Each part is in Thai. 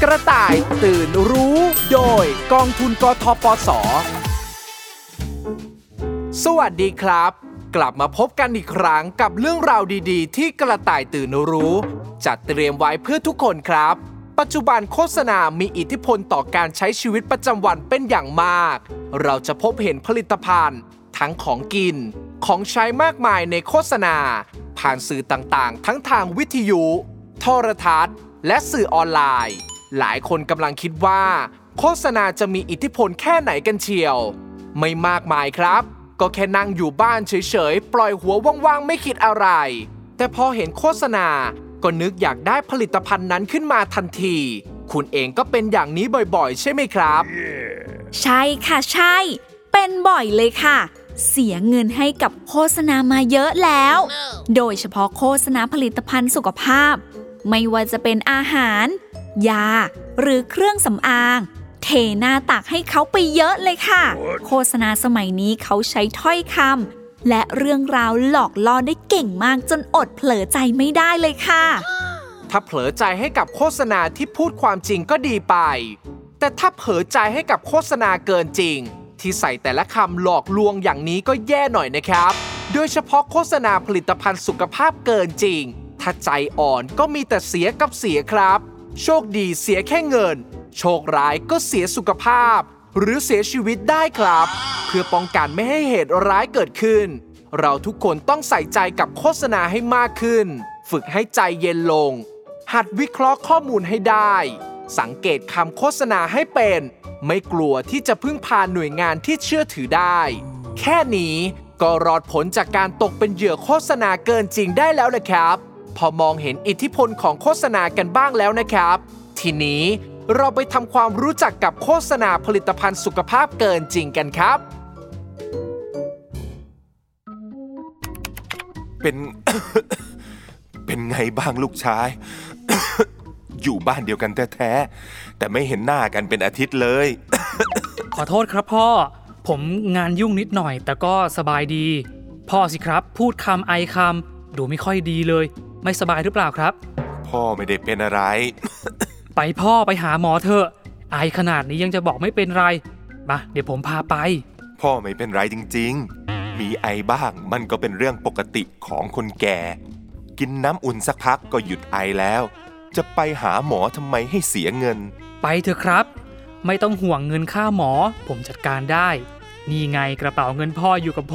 กระต่ายตื่นรู้โดยกองทุนกทปส.สวัสดีครับกลับมาพบกันอีกครั้งกับเรื่องราวดีๆที่กระต่ายตื่นรู้จัดเตรียมไว้เพื่อทุกคนครับปัจจุบันโฆษณามีอิทธิพลต่อการใช้ชีวิตประจำวันเป็นอย่างมากเราจะพบเห็นผลิตภัณฑ์ทั้งของกินของใช้มากมายในโฆษณาผ่านสื่อต่างๆทั้งทางวิทยุโทรทัศน์และสื่อออนไลน์หลายคนกำลังคิดว่าโฆษณาจะมีอิทธิพลแค่ไหนกันเชียวไม่มากมายครับก็แค่นั่งอยู่บ้านเฉยๆปล่อยหัวว่างๆไม่คิดอะไรแต่พอเห็นโฆษณาก็นึกอยากได้ผลิตภัณฑ์นั้นขึ้นมาทันทีคุณเองก็เป็นอย่างนี้บ่อยๆใช่ไหมครับใช่ค่ะใช่เป็นบ่อยเลยค่ะเสียเงินให้กับโฆษณามาเยอะแล้วโดยเฉพาะโฆษณาผลิตภัณฑ์สุขภาพไม่ว่าจะเป็นอาหารยาหรือเครื่องสำอางเทหน้าตักให้เขาไปเยอะเลยค่ะโฆษณาสมัยนี้เขาใช้ถ้อยคำและเรื่องราวหลอกล่อได้เก่งมากจนอดเผลอใจไม่ได้เลยค่ะถ้าเผลอใจให้กับโฆษณาที่พูดความจริงก็ดีไปแต่ถ้าเผลอใจให้กับโฆษณาเกินจริงที่ใส่แต่ละคำหลอกลวงอย่างนี้ก็แย่หน่อยนะครับโดยเฉพาะโฆษณาผลิตภัณฑ์สุขภาพเกินจริงถ้าใจอ่อนก็มีแต่เสียกับเสียครับโชคดีเสียแค่เงินโชคร้ายก็เสียสุขภาพหรือเสียชีวิตได้ครับเพื่อป้องกันไม่ให้เหตุร้ายเกิดขึ้นเราทุกคนต้องใส่ใจกับโฆษณาให้มากขึ้นฝึกให้ใจเย็นลงหัดวิเคราะห์ข้อมูลให้ได้สังเกตคำโฆษณาให้เป็นไม่กลัวที่จะพึ่งพาหน่วยงานที่เชื่อถือได้แค่นี้ก็รอดพ้นจากการตกเป็นเหยื่อโฆษณาเกินจริงได้แล้วนะครับพอมองเห็นอิทธิพลของโฆษณากันบ้างแล้วนะครับทีนี้เราไปทำความรู้จักกับโฆษณาผลิตภัณฑ์สุขภาพเกินจริงกันครับเป็น เป็นไงบ้างลูกชาย อยู่บ้านเดียวกันแท้ๆแต่ไม่เห็นหน้ากันเป็นอาทิตย์เลยขอโทษครับพ่อผมงานยุ่งนิดหน่อยแต่ก็สบายดีพ่อสิครับพูดคำไอคำดูไม่ค่อยดีเลยไม่สบายหรือเปล่าครับพ่อไม่ได้เป็นอะไรไปพ่อไปหาหมอเถอะไอขนาดนี้ยังจะบอกไม่เป็นไรมาเดี๋ยวผมพาไปพ่อไม่เป็นไรจริงๆมีไอบ้างมันก็เป็นเรื่องปกติของคนแก่กินน้ำอุ่นสักพักก็หยุดไอแล้วจะไปหาหมอทำไมให้เสียเงินไปเถอะครับไม่ต้องห่วงเงินค่าหมอผมจัดการได้นี่ไงกระเป๋าเงินพ่ออยู่กับผม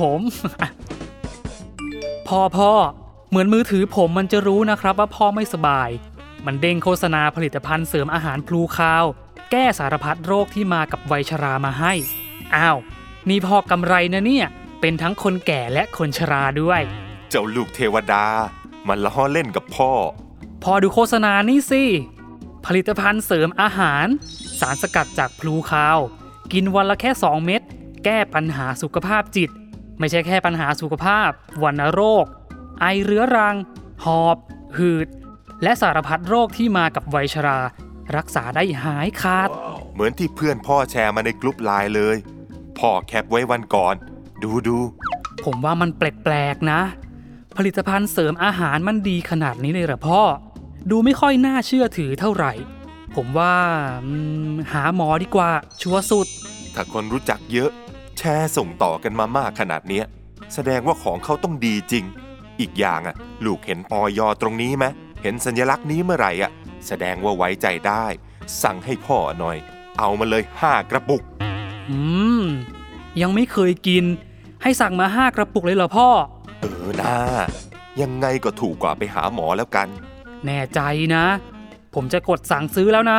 พ่อเหมือนมือถือผมมันจะรู้นะครับว่าพ่อไม่สบายมันเด้งโฆษณาผลิตภัณฑ์เสริมอาหารพลูคาวแก้สารพัดโรคที่มากับวัยชรามาให้อ้าวนี่พ่อกำไรนะเนี่ยเป็นทั้งคนแก่และคนชราด้วยเจ้าลูกเทวดามาล้อเล่นกับพ่อดูโฆษณานี่สิผลิตภัณฑ์เสริมอาหารสารสกัดจากพลูคาวกินวันละแค่2เม็ดแก้ปัญหาสุขภาพจิตไม่ใช่แค่ปัญหาสุขภาพวัณโรคไอเรื้อรังหอบหืดและสารพัดโรคที่มากับวัยชรารักษาได้หายขาดเหมือนที่เพื่อนพ่อแชร์มาในกลุ่มไลน์เลยพ่อแคปไว้วันก่อนดูผมว่ามันแปลกๆนะผลิตภัณฑ์เสริมอาหารมันดีขนาดนี้เลยเหรอพ่อดูไม่ค่อยน่าเชื่อถือเท่าไหร่ผมว่าหาหมอดีกว่าชัวร์สุดถ้าคนรู้จักเยอะแชร์ส่งต่อกันมามากขนาดนี้แสดงว่าของเขาต้องดีจริงอีกอย่างลูกเห็นอย.ตรงนี้ไหมเห็นสัญลักษณ์นี้เมื่อไหร่แสดงว่าไว้ใจได้สั่งให้พ่อหน่อยเอามาเลย5 กระปุกยังไม่เคยกินให้สั่งมา5 กระปุกเลยเหรอพ่อนะยังไงก็ถูกกว่าไปหาหมอแล้วกันแน่ใจนะผมจะกดสั่งซื้อแล้วนะ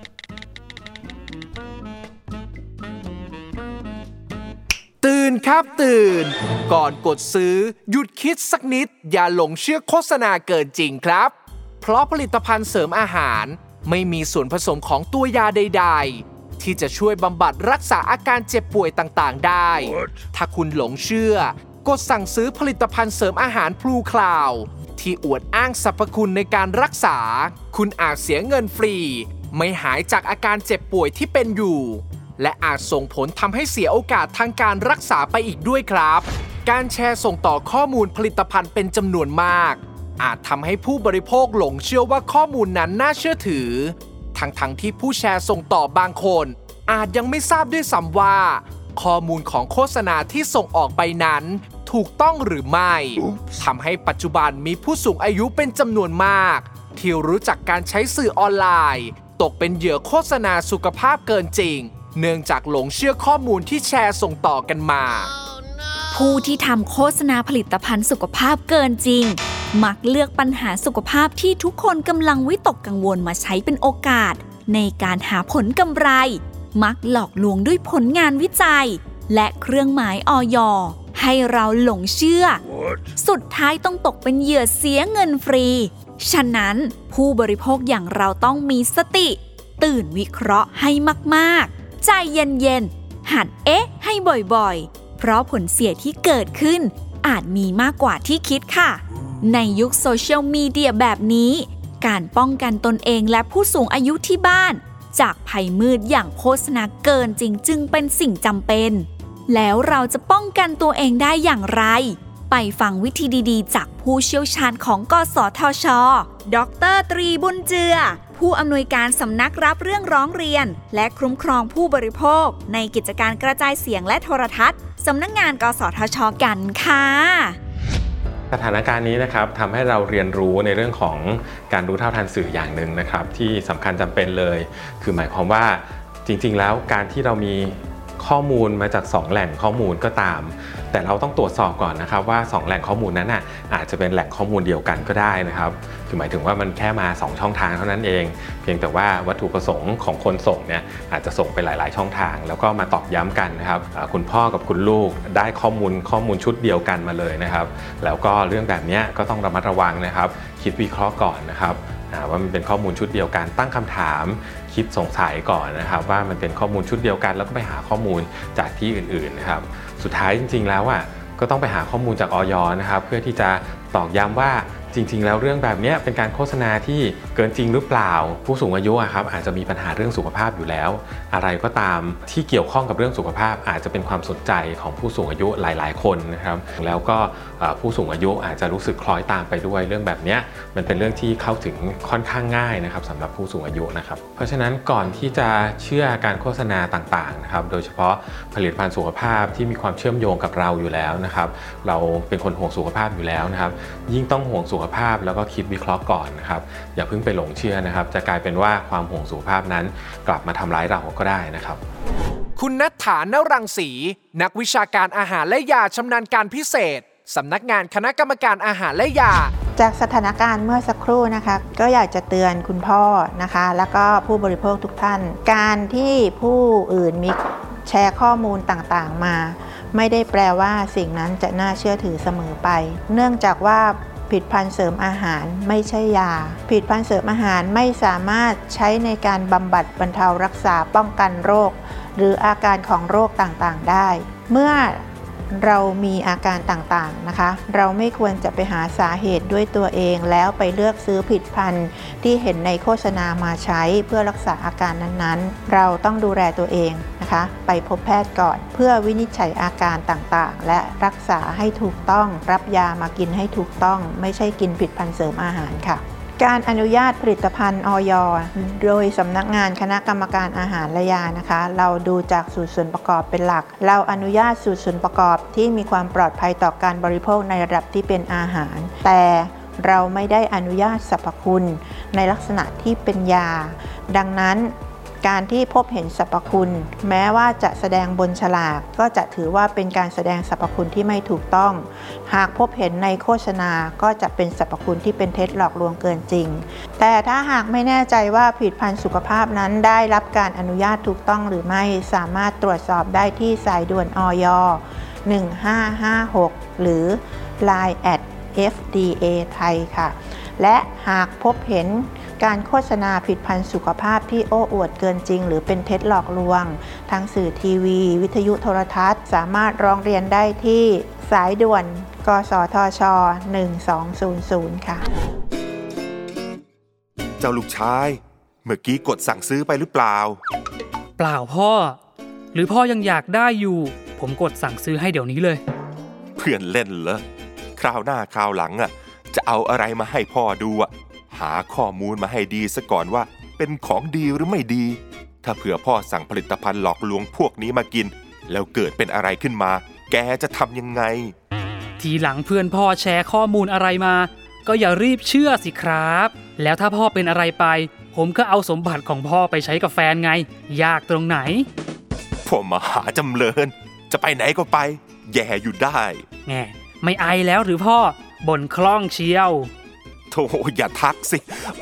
ตื่นครับตื่นก่อนกดซื้อหยุดคิดสักนิดอย่าหลงเชื่อโฆษณาเกินจริงครับเพราะผลิตภัณฑ์เสริมอาหารไม่มีส่วนผสมของตัวยาใดๆที่จะช่วยบำบัดรักษาอาการเจ็บป่วยต่างๆได้ถ้าคุณหลงเชื่อกดสั่งซื้อผลิตภัณฑ์เสริมอาหารพลูคลาวที่อวดอ้างสรรพคุณในการรักษาคุณอาจเสียเงินฟรีไม่หายจากอาการเจ็บป่วยที่เป็นอยู่และอาจส่งผลทำให้เสียโอกาสทางการรักษาไปอีกด้วยครับการแชร์ส่งต่อข้อมูลผลิตภัณฑ์เป็นจำนวนมากอาจทำให้ผู้บริโภคหลงเชื่อว่าข้อมูลนั้นน่าเชื่อถือทั้งที่ผู้แชร์ส่งต่อบางคนอาจยังไม่ทราบด้วยซ้ำว่าข้อมูลของโฆษณาที่ส่งออกไปนั้นถูกต้องหรือไม่ทำให้ปัจจุบันมีผู้สูงอายุเป็นจำนวนมากที่รู้จักการใช้สื่อออนไลน์ตกเป็นเหยื่อโฆษณาสุขภาพเกินจริงเนื่องจากหลงเชื่อข้อมูลที่แชร์ส่งต่อกันมาผู้ที่ทำโฆษณาผลิตภัณฑ์สุขภาพเกินจริงมักเลือกปัญหาสุขภาพที่ทุกคนกำลังวิตกกังวลมาใช้เป็นโอกาสในการหาผลกำไรมักหลอกลวงด้วยผลงานวิจัยและเครื่องหมายอย.ให้เราหลงเชื่อ สุดท้ายต้องตกเป็นเหยื่อเสียเงินฟรีฉะนั้นผู้บริโภคอย่างเราต้องมีสติตื่นวิเคราะห์ให้มากๆใจเย็นๆหัดให้บ่อยๆเพราะผลเสียที่เกิดขึ้นอาจมีมากกว่าที่คิดค่ะในยุคโซเชียลมีเดียแบบนี้การป้องกันตนเองและผู้สูงอายุที่บ้านจากภัยมืดอย่างโฆษณาเกินจริงจึงเป็นสิ่งจำเป็นแล้วเราจะป้องกันตัวเองได้อย่างไรไปฟังวิธีดีๆจากผู้เชี่ยวชาญของกสทช.ดร.ตรีบุญเจือผู้อำนวยการสำนักรับเรื่องร้องเรียนและคุ้มครองผู้บริโภคในกิจการกระจายเสียงและโทรทัศน์สำนักงานกสทช.กันค่ะสถานการณ์นี้นะครับทำให้เราเรียนรู้ในเรื่องของการรู้เท่าทันสื่ออย่างหนึ่งนะครับที่สำคัญจำเป็นเลยคือหมายความว่าจริงๆแล้วการที่เรามีข้อมูลมาจาก2แหล่งข้อมูลก็ตามแต่เราต้องตรวจสอบก่อนนะครับว่า2แหล่งข้อมูลนั้นอาจจะเป็นแหล่งข้อมูลเดียวกันก็ได้นะครับคือหมายถึงว่ามันแค่มา2ช่องทางเท่านั้นเองเพียงแต่ว่าวัตถุประสงค์ของคนส่งเนี่ยอาจจะส่งไปหลายๆช่องทางแล้วก็มาตอกย้ำกันนะครับคุณพ่อกับคุณลูกได้ข้อมูลชุดเดียวกันมาเลยนะครับแล้วก็เรื่องแบบนี้ก็ต้องระมัดระวังนะครับคิดวิเคราะห์ก่อนนะครับว่ามันเป็นข้อมูลชุดเดียวกันตั้งคำถามคิดสงสัยก่อนนะครับว่ามันเป็นข้อมูลชุดเดียวกันแล้วก็ไปหาข้อมูลจากที่อื่นๆนะครับสุดท้ายจริงๆแล้วก็ต้องไปหาข้อมูลจากอย.นะครับเพื่อที่จะตอกย้ำว่าจริงๆแล้วเรื่องแบบนี้เป็นการโฆษณาที่เกินจริงหรือเปล่าผู้สูงอายุครับอาจจะมีปัญหาเรื่องสุขภาพอยู่แล้วอะไรก็ตามที่เกี่ยวข้องกับเรื่องสุขภาพอาจจะเป็นความสนใจของผู้สูงอายุหลายๆคนนะครับแล้วก็ผู้สูงอายุอาจจะรู้สึกคล้อยตามไปด้วยเรื่องแบบนี้มันเป็นเรื่องที่เข้าถึงค่อนข้างง่ายนะครับสำหรับผู้สูงอายุนะครับเพราะฉะนั้นก่อนที่จะเชื่อการโฆษณาต่างๆนะครับโดยเฉพาะผลิตภัณฑ์สุขภาพที่มีความเชื่อมโยงกับเราอยู่แล้วนะครับเราเป็นคนห่วงสุขภาพอยู่แล้วนะครับยิ่งต้องห่วงสุขภาพแล้วก็คิดวิเคราะห์ก่อนนะครับอย่าเพิ่งไปหลงเชื่อนะครับจะกลายเป็นว่าความห่วงสุขภาพนั้นกลับมาทำร้ายเราก็ได้นะครับคุณณัฐฐานรังสีนักวิชาการอาหารและยาชำนาญการพิเศษสำนักงานคณะกรรมการอาหารและยาจากสถานการณ์เมื่อสักครู่นะคะก็อยากจะเตือนคุณพ่อนะคะแล้วก็ผู้บริโภคทุกท่านการที่ผู้อื่นมีแชร์ข้อมูลต่างๆมาไม่ได้แปลว่าสิ่งนั้นจะน่าเชื่อถือเสมอไปเนื่องจากว่าผลิตภัณฑ์เสริมอาหารไม่ใช่ยาผลิตภัณฑ์เสริมอาหารไม่สามารถใช้ในการบำบัดบรรเทารักษาป้องกันโรคหรืออาการของโรคต่างๆได้เมื่อเรามีอาการต่างๆนะคะเราไม่ควรจะไปหาสาเหตุด้วยตัวเองแล้วไปเลือกซื้อผลิตภัณฑ์ที่เห็นในโฆษณามาใช้เพื่อรักษาอาการนั้นๆเราต้องดูแลตัวเองนะคะไปพบแพทย์ก่อนเพื่อวินิจฉัยอาการต่างๆและรักษาให้ถูกต้องรับยามากินให้ถูกต้องไม่ใช่กินผลิตภัณฑ์เสริมอาหารค่ะการอนุญาตผลิตภัณฑ์อย.โดยสำนักงานคณะกรรมการอาหารและยานะคะเราดูจากสูตรส่วนประกอบเป็นหลักเราอนุญาตสูตรส่วนประกอบที่มีความปลอดภัยต่อการบริโภคในระดับที่เป็นอาหารแต่เราไม่ได้อนุญาตสรรพคุณในลักษณะที่เป็นยาดังนั้นการที่พบเห็นสรรพคุณแม้ว่าจะแสดงบนฉลากก็จะถือว่าเป็นการแสดงสรรพคุณที่ไม่ถูกต้องหากพบเห็นในโฆษณาก็จะเป็นสรรพคุณที่เป็นเท็จหลอกลวงเกินจริงแต่ถ้าหากไม่แน่ใจว่าผลิตภัณฑ์สุขภาพนั้นได้รับการอนุญาตถูกต้องหรือไม่สามารถตรวจสอบได้ที่สายด่วนอย 1556 หรือ Line @FDA ไทยค่ะและหากพบเห็นการโฆษณาผลิตภัณฑ์สุขภาพที่โอ้อวดเกินจริงหรือเป็นเท็จหลอกลวงทางสื่อทีวีวิทยุโทรทัศน์สามารถร้องเรียนได้ที่สายด่วนกสทช1200ค่ะเจ้าลูกชายเมื่อกี้กดสั่งซื้อไปหรือเปล่าเปล่าพ่อหรือพ่อยังอยากได้อยู่ผมกดสั่งซื้อให้เดี๋ยวนี้เลยเพื่อนเล่นเหรอคราวหน้าคราวหลังจะเอาอะไรมาให้พ่อดูหาข้อมูลมาให้ดีซะก่อนว่าเป็นของดีหรือไม่ดีถ้าเผื่อพ่อสั่งผลิตภัณฑ์หลอกลวงพวกนี้มากินแล้วเกิดเป็นอะไรขึ้นมาแกจะทำยังไงทีหลังเพื่อนพ่อแชร์ข้อมูลอะไรมาก็อย่ารีบเชื่อสิครับแล้วถ้าพ่อเป็นอะไรไปผมก็เอาสมบัติของพ่อไปใช้กับแฟนไงยากตรงไหนพ่อมหาจำเริญจะไปไหนก็ไปแย่อยู่ได้แง่ไม่ไอแล้วหรือพ่อบ่นคล่องเชียวโธ่อย่าทักสิ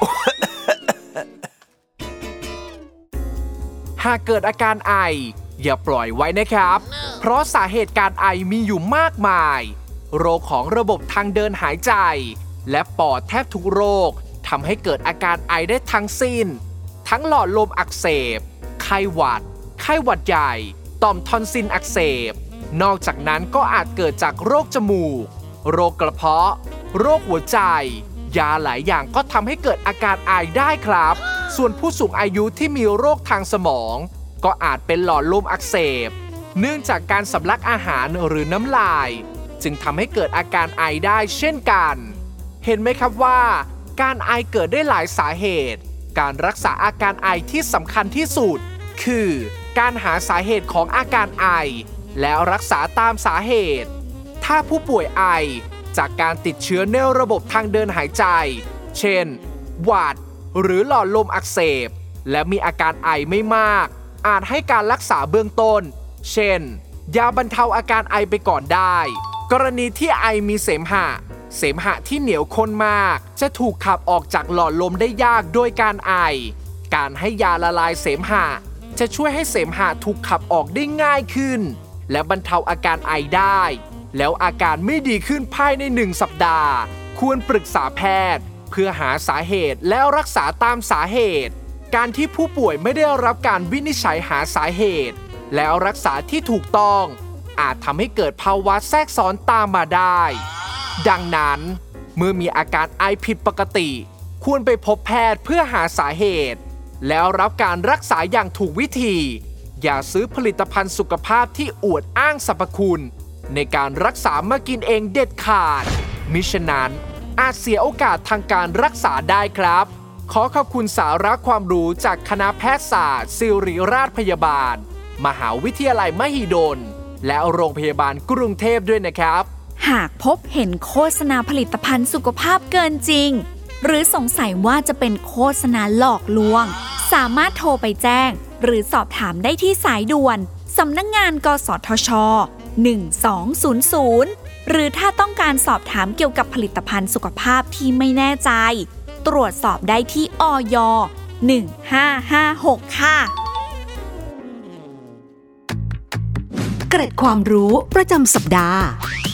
หากเกิดอาการไออย่าปล่อยไว้นะครับเพราะสาเหตุการไอมีอยู่มากมายโรคของระบบทางเดินหายใจและปอดแทบทุกโรคทำให้เกิดอาการไอได้ทั้งสิ้นทั้งหลอดลมอักเสบไข้หวัดใหญ่ต่อมทอนซิลอักเสบนอกจากนั้นก็อาจเกิดจากโรคจมูกโรคกระเพาะโรคหัวใจยาหลายอย่างก็ทำให้เกิดอาการไอได้ครับส่วนผู้สูงอายุที่มีโรคทางสมองก็อาจเป็นหลอดลมอักเสบเนื่องจากการสำลักอาหารหรือน้ำลายจึงทำให้เกิดอาการไอได้เช่นกันเห็นไหมครับว่าการไอเกิดได้หลายสาเหตุการรักษาอาการไอที่สำคัญที่สุดคือการหาสาเหตุของอาการไอแล้วรักษาตามสาเหตุถ้าผู้ป่วยไอจากการติดเชื้อในระบบทางเดินหายใจเช่นหวัดหรือหลอดลมอักเสบและมีอาการไอไม่มากอาจให้การรักษาเบื้องต้นเช่นยาบรรเทาอาการไอไปก่อนได้กรณีที่ไอมีเสมหะที่เหนียวข้นมากจะถูกขับออกจากหลอดลมได้ยากโดยการไอการให้ยาละลายเสมหะจะช่วยให้เสมหะถูกขับออกได้ง่ายขึ้นและบรรเทาอาการไอได้แล้วอาการไม่ดีขึ้นภายใน1 สัปดาห์ควรปรึกษาแพทย์เพื่อหาสาเหตุแล้วรักษาตามสาเหตุการที่ผู้ป่วยไม่ได้รับการวินิจฉัยหาสาเหตุแล้วรักษาที่ถูกต้องอาจทำให้เกิดภาวะแทรกซ้อนตามมาได้ดังนั้นเมื่อมีอาการไอผิดปกติควรไปพบแพทย์เพื่อหาสาเหตุแล้วรับการรักษาอย่างถูกวิธีอย่าซื้อผลิตภัณฑ์สุขภาพที่อวดอ้างสรรพคุณในการรักษามากินเองเด็ดขาดมิฉะนั้นอาจเสียโอกาสทางการรักษาได้ครับขอขอบคุณสาระความรู้จากคณะแพทยศาสตร์ศิริราชพยาบาลมหาวิทยาลัยมหิดลและโรงพยาบาลกรุงเทพด้วยนะครับหากพบเห็นโฆษณาผลิตภัณฑ์สุขภาพเกินจริงหรือสงสัยว่าจะเป็นโฆษณาหลอกลวงสามารถโทรไปแจ้งหรือสอบถามได้ที่สายด่วนสำนักงานกสทช1200หรือถ้าต้องการสอบถามเกี่ยวกับผลิตภัณฑ์สุขภาพที่ไม่แน่ใจตรวจสอบได้ที่อย 1556 ค่ะเกร็ดความรู้ประจำสัปดาห์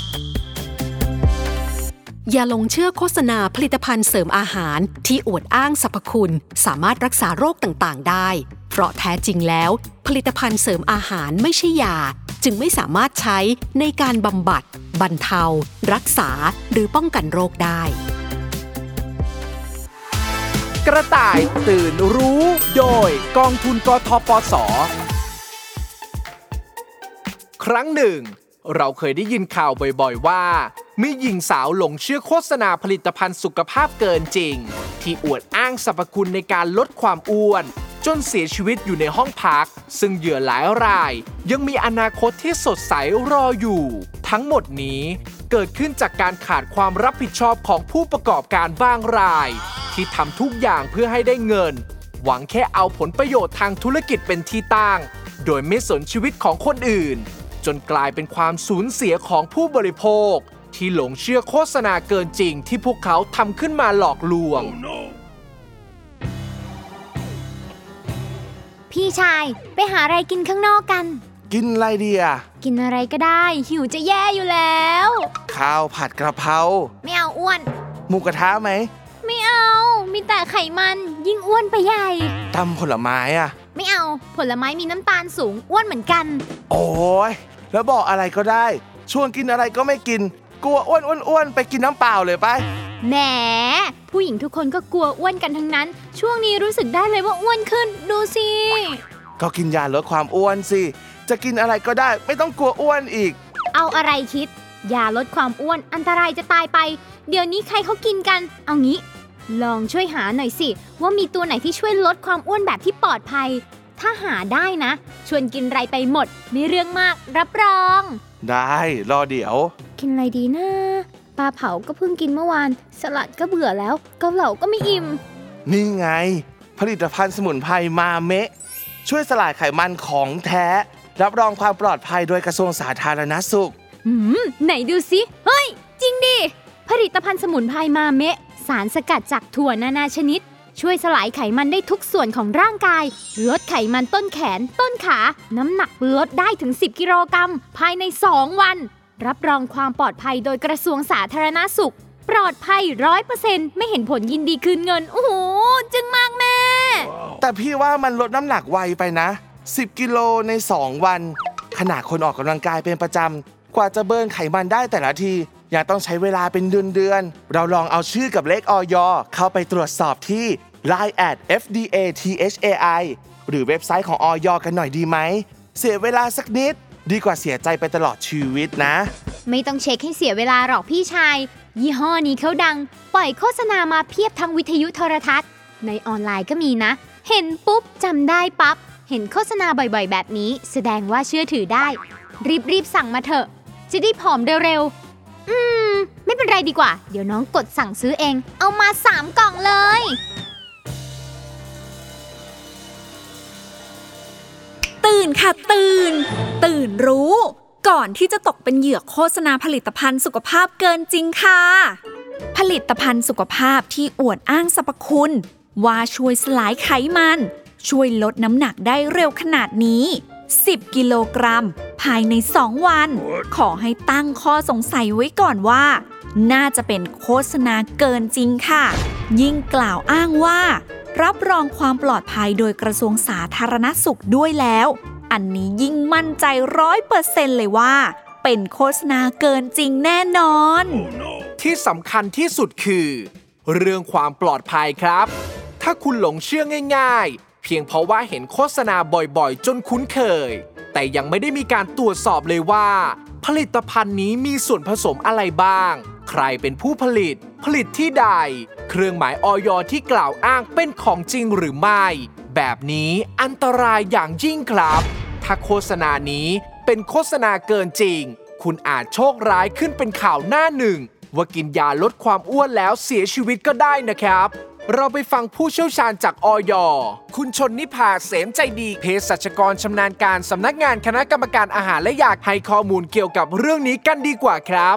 อย่าหลงเชื่อโฆษณาผลิตภัณฑ์เสริมอาหารที่อวดอ้างสรรพคุณสามารถรักษาโรคต่างๆได้เพราะแท้จริงแล้วผลิตภัณฑ์เสริมอาหารไม่ใช่ยาจึงไม่สามารถใช้ในการบำบัดบรรเทารักษาหรือป้องกันโรคได้กระต่ายตื่นรู้โดยกองทุนกทปส.ครั้งหนึ่งเราเคยได้ยินข่าวบ่อยๆว่ามีหญิงสาวหลงเชื่อโฆษณาผลิตภัณฑ์สุขภาพเกินจริงที่อวดอ้างสรรพคุณในการลดความอ้วนจนเสียชีวิตอยู่ในห้องพักซึ่งเหยื่อหลายรายยังมีอนาคตที่สดใสรออยู่ทั้งหมดนี้เกิดขึ้นจากการขาดความรับผิดชอบของผู้ประกอบการบางรายที่ทำทุกอย่างเพื่อให้ได้เงินหวังแค่เอาผลประโยชน์ทางธุรกิจเป็นที่ตั้งโดยไม่สนชีวิตของคนอื่นจนกลายเป็นความสูญเสียของผู้บริโภคที่หลงเชื่อโฆษณาเกินจริงที่พวกเขาทำขึ้นมาหลอกลวงพี่ชายไปหาอะไรกินข้างนอกกันกินอะไรดีอ่ะกินอะไรก็ได้หิวจะแย่อยู่แล้วข้าวผัดกระเพราไม่เอาอ้วนหมูกระทะไหมไม่เอามีแต่ไขมันยิ่งอ้วนไปใหญ่ตำผลไม้อ่ะไม่เอาผลไม้มีน้ำตาลสูงอ้วนเหมือนกันโอ้ยแล้วบอกอะไรก็ได้ชวนกินอะไรก็ไม่กินกลัวอ้วนไปกินน้ำเปล่าเลยไปแหมผู้หญิงทุกคนก็กลัวอ้วนกันทั้งนั้นช่วงนี้รู้สึกได้เลยว่าอ้วนขึ้นดูสิก็กินยาลดความอ้วนสิจะกินอะไรก็ได้ไม่ต้องกลัวอ้วนอีกเอาอะไรคิดยาลดความอ้วนอันตรายจะตายไปเดี๋ยวนี้ใครเขากินกันเอางี้ลองช่วยหาหน่อยสิว่ามีตัวไหนที่ช่วยลดความอ้วนแบบที่ปลอดภัยถ้าหาได้นะชวนกินไรไปหมดไม่เรื่องมากรับรองได้รอเดี๋ยวกินอะไรดีนะปลาเผาก็เพิ่งกินเมื่อวานสลัดก็เบื่อแล้วเกาเหลาก็ไม่อิ่มนี่ไงผลิตภัณฑ์สมุนไพรมาเมะช่วยสลายไขมันของแท้รับรองความปลอดภัยโดยกระทรวงสาธารณสุขไหนดูสิเฮ้ยจริงดิผลิตภัณฑ์สมุนไพรมาเมะสารสกัดจากถั่วนานาชนิดช่วยสลายไขมันได้ทุกส่วนของร่างกายลดไขมันต้นแขนต้นขาน้ำหนักลดได้ถึง10กิโลกรัมภายใน2วันรับรองความปลอดภัยโดยกระทรวงสาธารณสุขปลอดภัย 100% ไม่เห็นผลยินดีคืนเงินโอ้โหจึงมากแม่แต่พี่ว่ามันลดน้ำหนักไวไปนะ10กิโลใน2วันขนาดคนออกกำลังกายเป็นประจำกว่าจะเบิร์นไขมันได้แต่ละทียังต้องใช้เวลาเป็นเดือนเราลองเอาชื่อกับเลขอย.เข้าไปตรวจสอบที่ Line @FDATHAI หรือเว็บไซต์ของอย.กันหน่อยดีไหมเสียเวลาสักนิดดีกว่าเสียใจไปตลอดชีวิตนะไม่ต้องเช็คให้เสียเวลาหรอกพี่ชายยี่ห้อนี้เขาดังปล่อยโฆษณามาเพียบทั้งวิทยุโทรทัศน์ในออนไลน์ก็มีนะเห็นปุ๊บจำได้ปั๊บเห็นโฆษณาบ่อยๆแบบนี้แสดงว่าเชื่อถือได้รีบสั่งมาเถอะจะได้ผอมเร็วๆไม่เป็นไรดีกว่าเดี๋ยวน้องกดสั่งซื้อเองเอามา3กล่องเลยตื่นค่ะตื่นรู้ก่อนที่จะตกเป็นเหยื่อโฆษณาผลิตภัณฑ์สุขภาพเกินจริงค่ะผลิตภัณฑ์สุขภาพที่อวดอ้างสรรพคุณว่าช่วยสลายไขมันช่วยลดน้ำหนักได้เร็วขนาดนี้10กิโลกรัมภายใน2วันขอให้ตั้งข้อสงสัยไว้ก่อนว่าน่าจะเป็นโฆษณาเกินจริงค่ะยิ่งกล่าวอ้างว่ารับรองความปลอดภัยโดยกระทรวงสาธารณสุขด้วยแล้วอันนี้ยิ่งมั่นใจ 100% เลยว่าเป็นโฆษณาเกินจริงแน่นอนที่สำคัญที่สุดคือเรื่องความปลอดภัยครับถ้าคุณหลงเชื่อง่ายๆเพียงเพราะว่าเห็นโฆษณาบ่อยๆจนคุ้นเคยแต่ยังไม่ได้มีการตรวจสอบเลยว่าผลิตภัณฑ์นี้มีส่วนผสมอะไรบ้างใครเป็นผู้ผลิตที่ใดเครื่องหมายอย.ที่กล่าวอ้างเป็นของจริงหรือไม่แบบนี้อันตรายอย่างยิ่งครับถ้าโฆษณานี้เป็นโฆษณาเกินจริงคุณอาจโชคร้ายขึ้นเป็นข่าวหน้าหนึ่งว่ากินยาลดความอ้วนแล้วเสียชีวิตก็ได้นะครับเราไปฟังผู้เชี่ยวชาญจากอย.คุณชนนิภาเสมใจดีเภสัชกรชำนาญการสำนักงานคณะกรรมการอาหารและยาให้ข้อมูลเกี่ยวกับเรื่องนี้กันดีกว่าครับ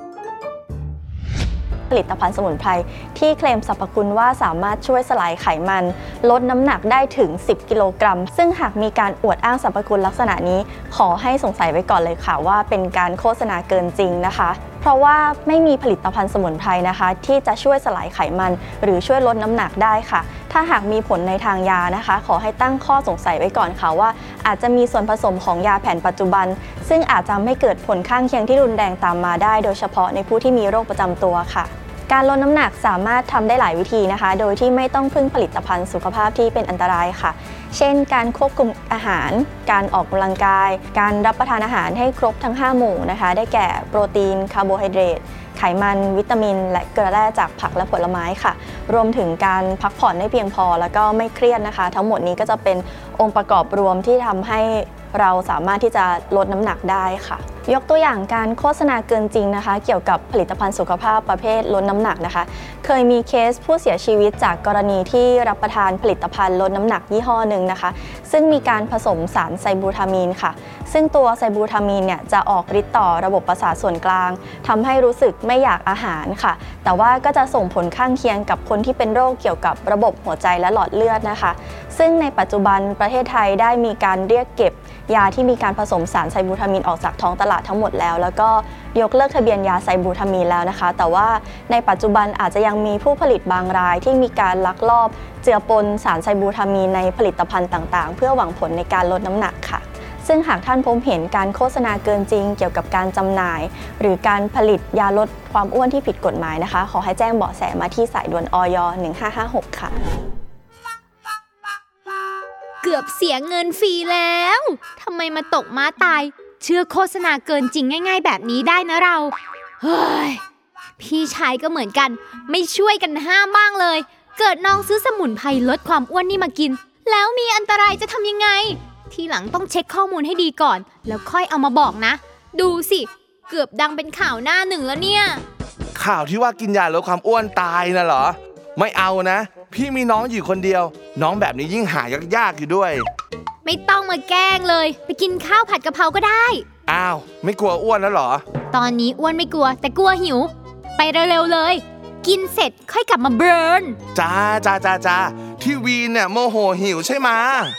ผลิตภัณฑ์สมุนไพรที่เคลมสรรพคุณว่าสามารถช่วยสลายไขมันลดน้ำหนักได้ถึง10กิโลกรัมซึ่งหากมีการอวดอ้างสรรพคุณลักษณะนี้ขอให้สงสัยไว้ก่อนเลยค่ะว่าเป็นการโฆษณาเกินจริงนะคะเพราะว่าไม่มีผลิตภัณฑ์สมุนไพรนะคะที่จะช่วยสลายไขมันหรือช่วยลดน้ำหนักได้ค่ะถ้าหากมีผลในทางยานะคะขอให้ตั้งข้อสงสัยไว้ก่อนค่ะว่าอาจจะมีส่วนผสมของยาแผนปัจจุบันซึ่งอาจจะไม่เกิดผลข้างเคียงที่รุนแรงตามมาได้โดยเฉพาะในผู้ที่มีโรคประจำตัวค่ะการลดน้ำหนักสามารถทำได้หลายวิธีนะคะโดยที่ไม่ต้องพึ่งผลิตภัณฑ์สุขภาพที่เป็นอันตรายค่ะเช่นการควบคุมอาหารการออกกำลังกายการรับประทานอาหารให้ครบทั้ง5หมู่นะคะได้แก่โปรตีนคาร์โบไฮเดรตไขมันวิตามินและเกลือแร่จากผักและผลไม้ค่ะรวมถึงการพักผ่อนได้เพียงพอแล้วก็ไม่เครียดนะคะทั้งหมดนี้ก็จะเป็นองค์ประกอบรวมที่ทำให้เราสามารถที่จะลดน้ำหนักได้ค่ะยกตัวอย่างการโฆษณาเกินจริงนะคะเกี่ยวกับผลิตภัณฑ์สุขภาพประเภทลดน้ำหนักนะคะเคยมีเคสผู้เสียชีวิตจากกรณีที่รับประทานผลิตภัณฑ์ลดน้ำหนักยี่ห้อหนึ่งนะคะซึ่งมีการผสมสารไซบูทามีนค่ะซึ่งตัวไซบูทามีนเนี่ยจะออกฤทธิ์ต่อระบบประสาทส่วนกลางทำให้รู้สึกไม่อยากอาหารค่ะแต่ว่าก็จะส่งผลข้างเคียงกับคนที่เป็นโรคเกี่ยวกับระบบหัวใจและหลอดเลือดนะคะซึ่งในปัจจุบันประเทศไทยได้มีการเรียกเก็บยาที่มีการผสมสารไซบูทามีนออกจากท้องตลาดทั้งหมดแล้วก็ยกเลิกทะเบียนยาไซบูทามีนแล้วนะคะแต่ว่าในปัจจุบันอาจจะยังมีผู้ผลิตบางรายที่มีการลักลอบเจือปนสารไซบูทามีนในผลิตภัณฑ์ต่างๆเพื่อหวังผลในการลดน้ำหนักค่ะซึ่งหากท่านพบเห็นการโฆษณาเกินจริงเกี่ยวกับการจำหน่ายหรือการผลิตยาลดความอ้วนที่ผิดกฎหมายนะคะขอให้แจ้งเบาะแสมาที่สายด่วนอย 1556ค่ะเกือบเสียเงินฟรีแล้วทำไมมาตกม้าตายเชื่อโฆษณาเกินจริงง่ายๆแบบนี้ได้นะเราเฮ้ยพี่ชายก็เหมือนกันไม่ช่วยกันห้ามบ้างเลยเกิดน้องซื้อสมุนไพรลดความอ้วนนี่มากินแล้วมีอันตรายจะทำยังไงทีหลังต้องเช็คข้อมูลให้ดีก่อนแล้วค่อยเอามาบอกนะดูสิเกือบดังเป็นข่าวหน้าหนึ่งแล้วเนี่ยข่าวที่ว่ากินยาลดความอ้วนตายน่ะเหรอไม่เอานะพี่มีน้องอยู่คนเดียวน้องแบบนี้ยิ่งหายากอยู่ด้วยไม่ต้องมาแกล้งเลยไปกินข้าวผัดกะเพราก็ได้อ้าวไม่กลัวอ้วนแล้วเหรอตอนนี้อ้วนไม่กลัวแต่กลัวหิวไปเร็วๆเลยกินเสร็จค่อยกลับมาเบิร์นจ้าที่วีนเนี่ยโมโหหิวใช่ไหม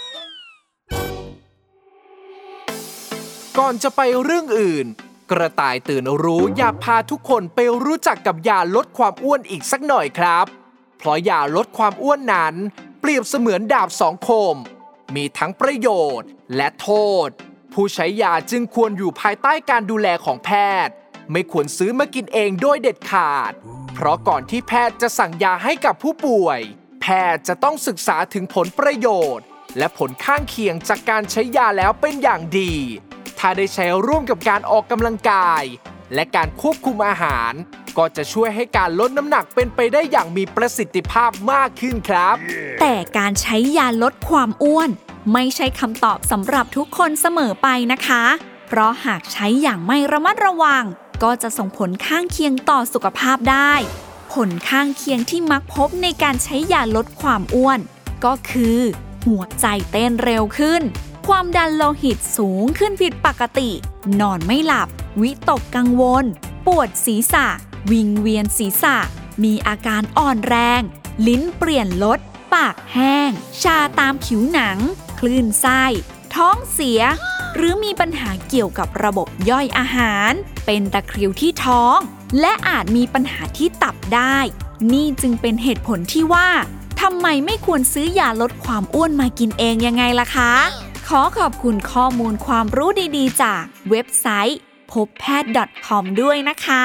ก่อนจะไปเรื่องอื่นกระต่ายตื่นรู้อยากพาทุกคนไปรู้จักกับยาลดความอ้วนอีกสักหน่อยครับเพราะยาลดความอ้วนนั้นเปรียบเสมือนดาบสองคมมีทั้งประโยชน์และโทษผู้ใช้ยาจึงควรอยู่ภายใต้การดูแลของแพทย์ไม่ควรซื้อมากินเองโดยเด็ดขาดเพราะก่อนที่แพทย์จะสั่งยาให้กับผู้ป่วยแพทย์จะต้องศึกษาถึงผลประโยชน์และผลข้างเคียงจากการใช้ยาแล้วเป็นอย่างดีถ้าได้ใช้ร่วมกับการออกกำลังกายและการควบคุมอาหารก็จะช่วยให้การลดน้ำหนักเป็นไปได้อย่างมีประสิทธิภาพมากขึ้นครับแต่การใช้ยาลดความอ้วนไม่ใช่คำตอบสำหรับทุกคนเสมอไปนะคะเพราะหากใช้อย่างไม่ระมัดระวังก็จะส่งผลข้างเคียงต่อสุขภาพได้ผลข้างเคียงที่มักพบในการใช้ยาลดความอ้วนก็คือหัวใจเต้นเร็วขึ้นความดันโลหิตสูงขึ้นผิดปกตินอนไม่หลับวิตกกังวลปวดศีรษะวิงเวียนศีรษะมีอาการอ่อนแรงลิ้นเปลี่ยนรสปากแห้งชาตามผิวหนังคลื่นไส้ท้องเสียหรือมีปัญหาเกี่ยวกับระบบย่อยอาหารเป็นตะคริวที่ท้องและอาจมีปัญหาที่ตับได้นี่จึงเป็นเหตุผลที่ว่าทำไมไม่ควรซื้อยาลดความอ้วนมากินเองยังไงล่ะคะขอขอบคุณข้อมูลความรู้ดีๆจากเว็บไซต์พบแพทย์ .com ด้วยนะคะ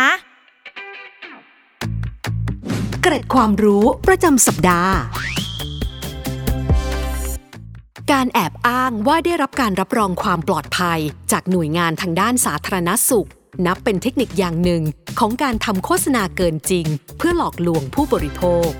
เกร็ดความรู้ประจำสัปดาห์การแอบอ้างว่าได้รับการรับรองความปลอดภัยจากหน่วยงานทางด้านสาธารณสุขนับเป็นเทคนิคอย่างหนึ่งของการทำโฆษณาเกินจริงเพื่อหลอกลวงผู้บริโภค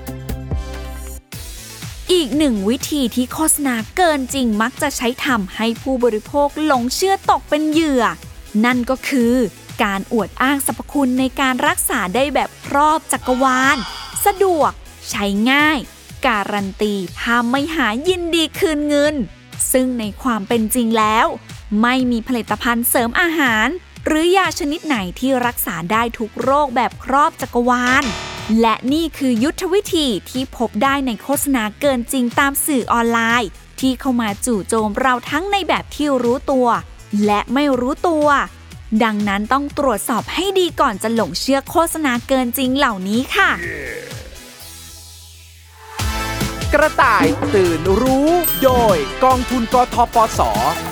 อีกหนึ่งวิธีที่โฆษณาเกินจริงมักจะใช้ทำให้ผู้บริโภคหลงเชื่อตกเป็นเหยื่อนั่นก็คือการอวดอ้างสรรพคุณในการรักษาได้แบบครอบจักรวาลสะดวกใช้ง่ายการันตีถ้าไม่หายยินดีคืนเงินซึ่งในความเป็นจริงแล้วไม่มีผลิตภัณฑ์เสริมอาหารหรือยาชนิดไหนที่รักษาได้ทุกโรคแบบครอบจักรวาลและนี่คือยุทธวิธีที่พบได้ในโฆษณาเกินจริงตามสื่อออนไลน์ที่เข้ามาจู่โจมเราทั้งในแบบที่รู้ตัวและไม่รู้ตัวดังนั้นต้องตรวจสอบให้ดีก่อนจะหลงเชื่อโฆษณาเกินจริงเหล่านี้ค่ะกระต่ายตื่นรู้โดยกองทุนกทปส.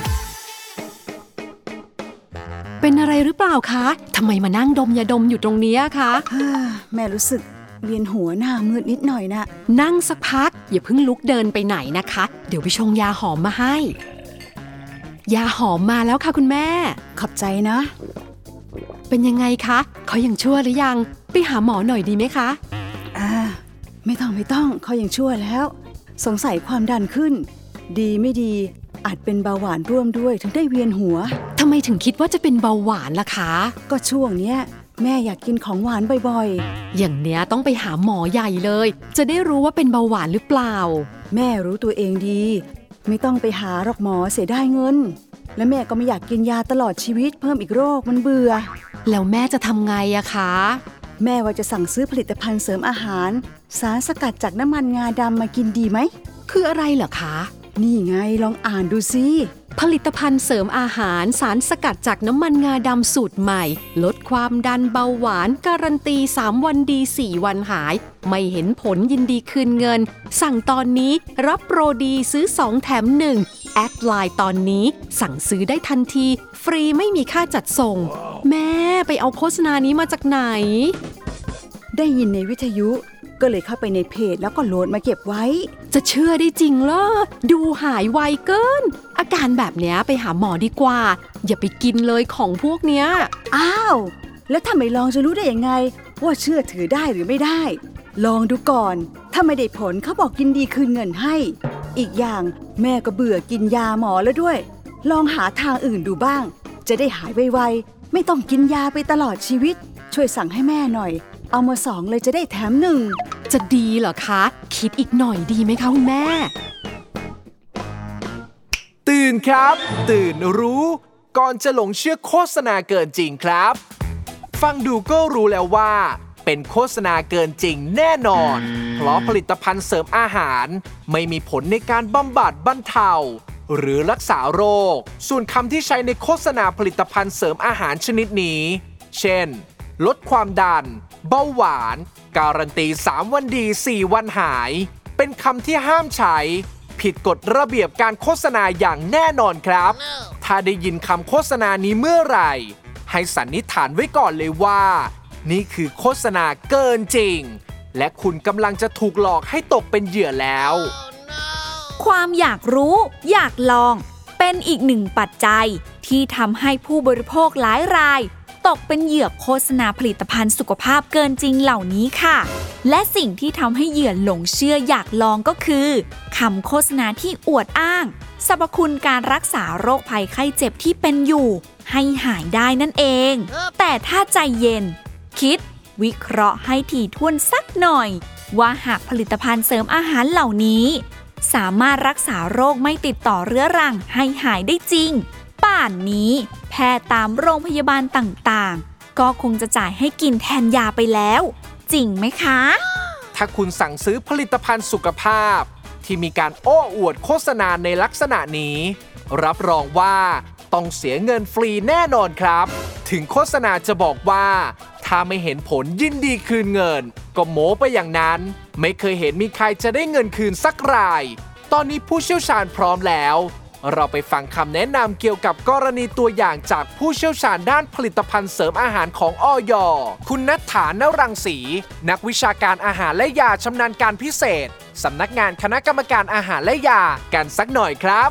เป็นอะไรหรือเปล่าคะทำไมมานั่งดมยาดมอยู่ตรงนี้คะแม่รู้สึกเวียนหัวหน้ามืดนิดหน่อยนะนั่งสักพักอย่าเพิ่งลุกเดินไปไหนนะคะเดี๋ยวไปชงยาหอมมาให้ยาหอมมาแล้วค่ะคุณแม่ขอบใจนะเป็นยังไงคะเขายังชั่วหรือยังไปหาหมอหน่อยดีไหมคะไม่ต้องเขายังชั่วแล้วสงสัยความดันขึ้นดีไม่ดีอาจเป็นเบาหวานร่วมด้วยถึงได้เวียนหัวทำไมถึงคิดว่าจะเป็นเบาหวานล่ะคะก็ช่วงเนี้ยแม่อยากกินของหวานบ่อยๆอย่างเนี้ยต้องไปหาหมอใหญ่เลยจะได้รู้ว่าเป็นเบาหวานหรือเปล่าแม่รู้ตัวเองดีไม่ต้องไปหาหรอกหมอเสียได้เงินและแม่ก็ไม่อยากกินยาตลอดชีวิตเพิ่มอีกโรคมันเบื่อแล้วแม่จะทำไงอะคะแม่ว่าจะสั่งซื้อผลิตภัณฑ์เสริมอาหารสารสกัดจากน้ำมันงาดำมากินดีไหมคืออะไรเหรอคะนี่ไงลองอ่านดูสิผลิตภัณฑ์เสริมอาหารสารสกัดจากน้ำมันงาดำสูตรใหม่ลดความดันเบาหวานการันตี3วันดี4วันหายไม่เห็นผลยินดีคืนเงินสั่งตอนนี้รับโปรดีซื้อ2แถม1แอดไลน์ตอนนี้สั่งซื้อได้ทันทีฟรีไม่มีค่าจัดส่งแม่ไปเอาโฆษณานี้มาจากไหนได้ยินในวิทยุก็เลยเข้าไปในเพจแล้วก็โหลดมาเก็บไว้จะเชื่อได้จริงเหรอดูหายไวเกินอาการแบบเนี้ยไปหาหมอดีกว่าอย่าไปกินเลยของพวกเนี้ยอ้าวแล้วถ้าไม่ลองจะรู้ได้ยังไงว่าเชื่อถือได้หรือไม่ได้ลองดูก่อนถ้าไม่ได้ผลเขาบอกยินดีคืนเงินให้อีกอย่างแม่ก็เบื่อกินยาหมอแล้วด้วยลองหาทางอื่นดูบ้างจะได้หายไวๆไม่ต้องกินยาไปตลอดชีวิตช่วยสั่งให้แม่หน่อยเอามา2เลยจะได้แถม1 จะดีเหรอคะคิดอีกหน่อยดีไหมคะคุณแม่ตื่นครับตื่นรู้ก่อนจะหลงเชื่อโฆษณาเกินจริงครับฟังดูก็รู้แล้วว่าเป็นโฆษณาเกินจริงแน่นอนเพราะผลิตภัณฑ์เสริมอาหารไม่มีผลในการบำบัดบรรเทาหรือรักษาโรคส่วนคำที่ใช้ในโฆษณาผลิตภัณฑ์เสริมอาหารชนิดนี้เช่นลดความดันเบาหวานการันตี3วันดี4วันหายเป็นคำที่ห้ามใช้ผิดกฎระเบียบการโฆษณาอย่างแน่นอนครับ ถ้าได้ยินคำโฆษณานี้เมื่อไหร่ให้สันนิษฐานไว้ก่อนเลยว่านี่คือโฆษณาเกินจริงและคุณกำลังจะถูกหลอกให้ตกเป็นเหยื่อแล้วความอยากรู้อยากลองเป็นอีกหนึ่งปัจจัยที่ทำให้ผู้บริโภคหลายรายตกเป็นเหยื่อโฆษณาผลิตภัณฑ์สุขภาพเกินจริงเหล่านี้ค่ะและสิ่งที่ทำให้เหยื่อหลงเชื่ออยากลองก็คือคำโฆษณาที่อวดอ้างสรรพคุณการรักษาโรคภัยไข้เจ็บที่เป็นอยู่ให้หายได้นั่นเองแต่ถ้าใจเย็นคิดวิเคราะห์ให้ถี่ถ้วนสักหน่อยว่าหากผลิตภัณฑ์เสริมอาหารเหล่านี้สามารถรักษาโรคไม่ติดต่อเรื้อรังให้หายได้จริงป่านนี้แพทย์ตามโรงพยาบาลต่างๆก็คงจะจ่ายให้กินแทนยาไปแล้วจริงไหมคะถ้าคุณสั่งซื้อผลิตภัณฑ์สุขภาพที่มีการโอ้อวดโฆษณาในลักษณะนี้รับรองว่าต้องเสียเงินฟรีแน่นอนครับถึงโฆษณาจะบอกว่าถ้าไม่เห็นผลยินดีคืนเงินก็โม้ไปอย่างนั้นไม่เคยเห็นมีใครจะได้เงินคืนสักรายตอนนี้ผู้เชี่ยวชาญพร้อมแล้วเราไปฟังคำแนะนำเกี่ยวกับกรณีตัวอย่างจากผู้เชี่ยวชาญด้านผลิตภัณฑ์เสริมอาหารของอย.คุณณัฐฐา นรังสีนักวิชาการอาหารและยาชำนาญการพิเศษสำนักงานคณะกรรมการอาหารและยากันสักหน่อยครับ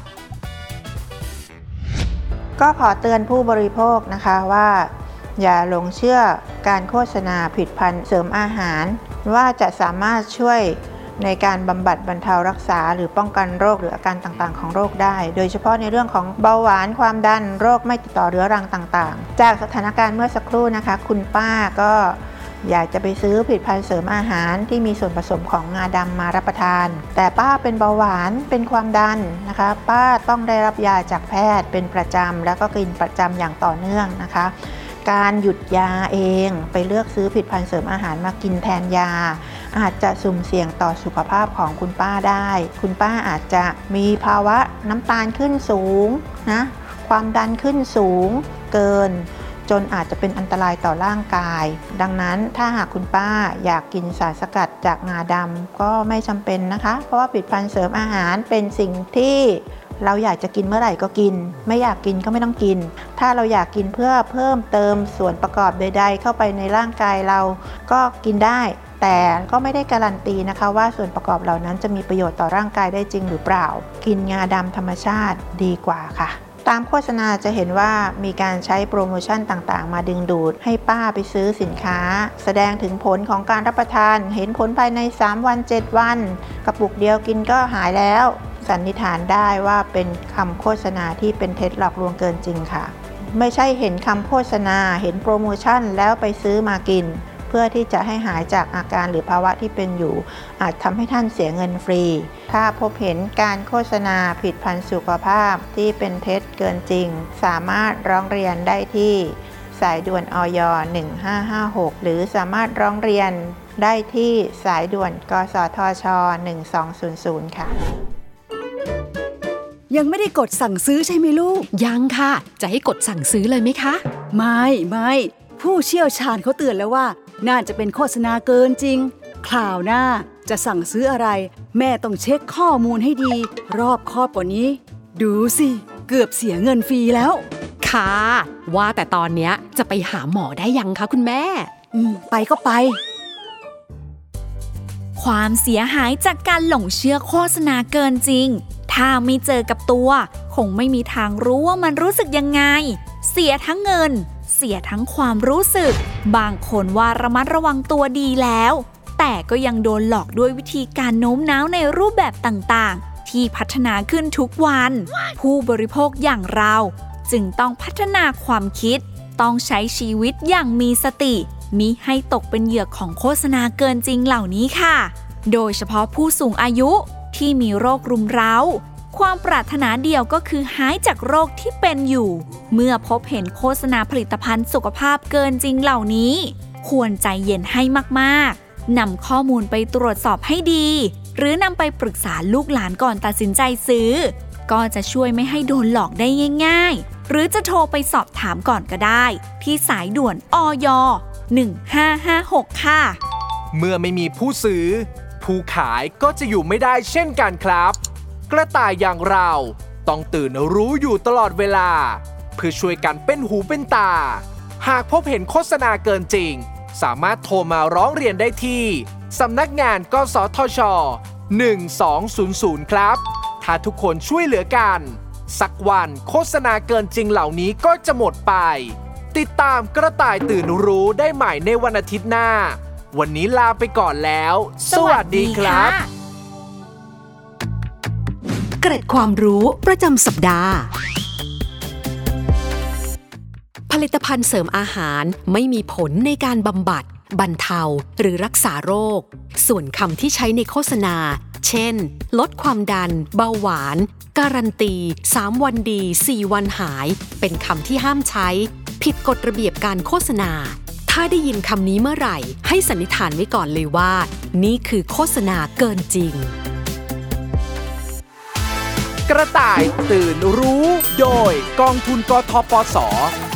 ก็ขอเตือนผู้บริโภคนะคะว่าอย่าหลงเชื่อการโฆษณาผลิตภัณฑ์เสริมอาหารว่าจะสามารถช่วยในการบำบัดบรรเทารักษาหรือป้องกันโรคหรืออาการต่างๆของโรคได้โดยเฉพาะในเรื่องของเบาหวานความดันโรคไม่ติดต่อเรื้อรังต่างๆจากสถานการณ์เมื่อสักครู่นะคะคุณป้าก็อยากจะไปซื้อผลิตภัณฑ์เสริมอาหารที่มีส่วนผสมของงาดำมารับประทานแต่ป้าเป็นเบาหวานเป็นความดันนะคะป้าต้องได้รับยาจากแพทย์เป็นประจำแล้วก็กินประจำอย่างต่อเนื่องนะคะการหยุดยาเองไปเลือกซื้อผลิตภัณฑ์เสริมอาหารมากินแทนยาอาจจะสุ่มเสี่ยงต่อสุขภาพของคุณป้าได้คุณป้าอาจจะมีภาวะน้ำตาลขึ้นสูงนะความดันขึ้นสูงเกินจนอาจจะเป็นอันตรายต่อร่างกายดังนั้นถ้าหากคุณป้าอยากกินสารสกัดจากงาดำก็ไม่จำเป็นนะคะเพราะว่าผลิตภัณฑ์เสริมอาหารเป็นสิ่งที่เราอยากจะกินเมื่อไหร่ก็กินไม่อยากกินก็ไม่ต้องกินถ้าเราอยากกินเพื่อเพิ่มเติมส่วนประกอบใดๆเข้าไปในร่างกายเราก็กินได้แต่ก็ไม่ได้การันตีนะคะว่าส่วนประกอบเหล่านั้นจะมีประโยชน์ต่อร่างกายได้จริงหรือเปล่ากินงาดำธรรมชาติดีกว่าค่ะตามโฆษณาจะเห็นว่ามีการใช้โปรโมชั่นต่างๆมาดึงดูดให้ป้าไปซื้อสินค้าแสดงถึงผลของการรับประทานเห็นผลภายใน3วัน7วันกระปุกเดียวกินก็หายแล้วสันนิษฐานได้ว่าเป็นคำโฆษณาที่เป็นเท็จหลอกลวงเกินจริงค่ะไม่ใช่เห็นคำโฆษณาเห็นโปรโมชั่นแล้วไปซื้อมากินเพื่อที่จะให้หายจากอาการหรือภาวะที่เป็นอยู่อาจทำให้ท่านเสียเงินฟรีถ้าพบเห็นการโฆษณาผลิตภัณฑ์สุขภาพที่เป็นเท็จเกินจริงสามารถร้องเรียนได้ที่สายด่วนอย 1556หรือสามารถร้องเรียนได้ที่สายด่วนกสทช1200ค่ะยังไม่ได้กดสั่งซื้อใช่ไหมลูกยังค่ะจะให้กดสั่งซื้อเลยไหมคะไม่ผู้เชี่ยวชาญเขาเตือนแล้วว่าน่าจะเป็นโฆษณาเกินจริงคราวหน้าจะสั่งซื้ออะไรแม่ต้องเช็คข้อมูลให้ดีรอบคอบกว่านี้ดูสิเกือบเสียเงินฟรีแล้วค่ะว่าแต่ตอนเนี้ยจะไปหาหมอได้ยังคะคุณแม่ไปก็ไปความเสียหายจากการหลงเชื่อโฆษณาเกินจริงถ้าไม่เจอกับตัวคงไม่มีทางรู้ว่ามันรู้สึกยังไงเสียทั้งเงินเเสียทั้งความรู้สึกบางคนว่าระมัดระวังตัวดีแล้วแต่ก็ยังโดนหลอกด้วยวิธีการโน้มน้าวในรูปแบบต่างๆที่พัฒนาขึ้นทุกวันผู้บริโภคอย่างเราจึงต้องพัฒนาความคิดต้องใช้ชีวิตอย่างมีสติมิให้ตกเป็นเหยื่อของโฆษณาเกินจริงเหล่านี้ค่ะโดยเฉพาะผู้สูงอายุที่มีโรครุมเร้าความปรารถนาเดียวก็คือหายจากโรคที่เป็นอยู่เมื่อพบเห็นโฆษณาผลิตภัณฑ์สุขภาพเกินจริงเหล่านี้ควรใจเย็นให้มากๆนำข้อมูลไปตรวจสอบให้ดีหรือนำไปปรึกษาลูกหลานก่อนตัดสินใจซื้อก็จะช่วยไม่ให้โดนหลอกได้ง่ายๆหรือจะโทรไปสอบถามก่อนก็ได้ที่สายด่วนอย 1556 ค่ะเมื่อไม่มีผู้ซื้อผู้ขายก็จะอยู่ไม่ได้เช่นกันครับกระต่ายอย่างเราต้องตื่นรู้อยู่ตลอดเวลาเพื่อช่วยกันเป็นหูเป็นตาหากพบเห็นโฆษณาเกินจริงสามารถโทรมาร้องเรียนได้ที่สำนักงานกสทช. 1200 ครับถ้าทุกคนช่วยเหลือกันสักวันโฆษณาเกินจริงเหล่านี้ก็จะหมดไปติดตามกระต่ายตื่นรู้ได้ใหม่ในวันอาทิตย์หน้าวันนี้ลาไปก่อนแล้วสวัสดีครับเกร็ดความรู้ประจำสัปดาห์ผลิตภัณฑ์เสริมอาหารไม่มีผลในการบำบัดบรรเทาหรือรักษาโรคส่วนคำที่ใช้ในโฆษณาเช่นลดความดันเบาหวานการันตี3วันดี4วันหายเป็นคำที่ห้ามใช้ผิดกฎระเบียบการโฆษณาถ้าได้ยินคำนี้เมื่อไหร่ให้สันนิษฐานไว้ก่อนเลยว่านี่คือโฆษณาเกินจริงกระต่ายตื่นรู้โดยกองทุนกทปส